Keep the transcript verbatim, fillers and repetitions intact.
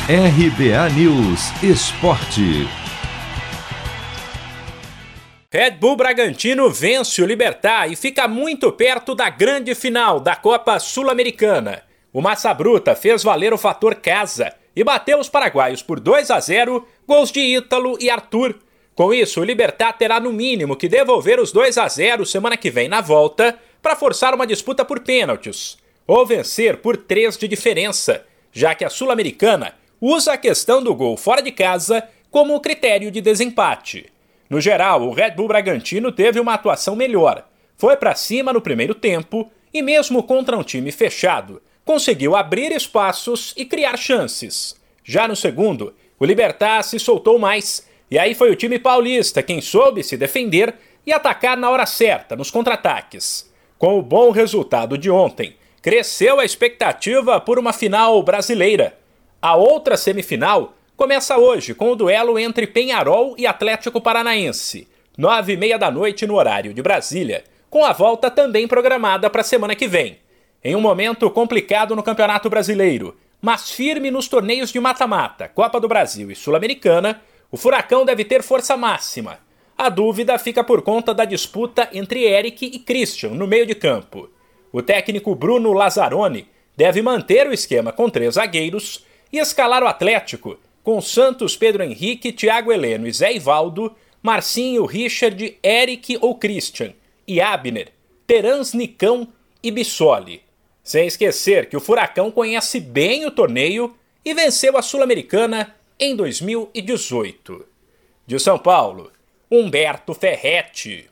R B A News Esporte. Red Bull Bragantino vence o Libertad e fica muito perto da grande final da Copa Sul-Americana. O Massa Bruta fez valer o fator casa e bateu os paraguaios por dois a zero, gols de Ítalo e Arthur. Com isso, o Libertad terá no mínimo que devolver os dois a zero semana que vem na volta para forçar uma disputa por pênaltis, ou vencer por três de diferença, já que a Sul-Americana usa a questão do gol fora de casa como critério de desempate. No geral, o Red Bull Bragantino teve uma atuação melhor, foi para cima no primeiro tempo e mesmo contra um time fechado, conseguiu abrir espaços e criar chances. Já no segundo, o Libertad se soltou mais, e aí foi o time paulista quem soube se defender e atacar na hora certa, nos contra-ataques. Com o bom resultado de ontem, cresceu a expectativa por uma final brasileira. A outra semifinal começa hoje com o duelo entre Peñarol e Atlético Paranaense, nove e meia da noite no horário de Brasília, com a volta também programada para a semana que vem. Em um momento complicado no Campeonato Brasileiro, mas firme nos torneios de mata-mata, Copa do Brasil e Sul-Americana, o Furacão deve ter força máxima. A dúvida fica por conta da disputa entre Eric e Christian no meio de campo. O técnico Bruno Lazzaroni deve manter o esquema com três zagueiros e escalar o Atlético com Santos, Pedro Henrique, Thiago Heleno e Zé Ivaldo, Marcinho, Richard, Eric ou Christian e Abner, Terans, Nicão e Bissoli. Sem esquecer que o Furacão conhece bem o torneio e venceu a Sul-Americana em dois mil e dezoito. De São Paulo, Humberto Ferretti.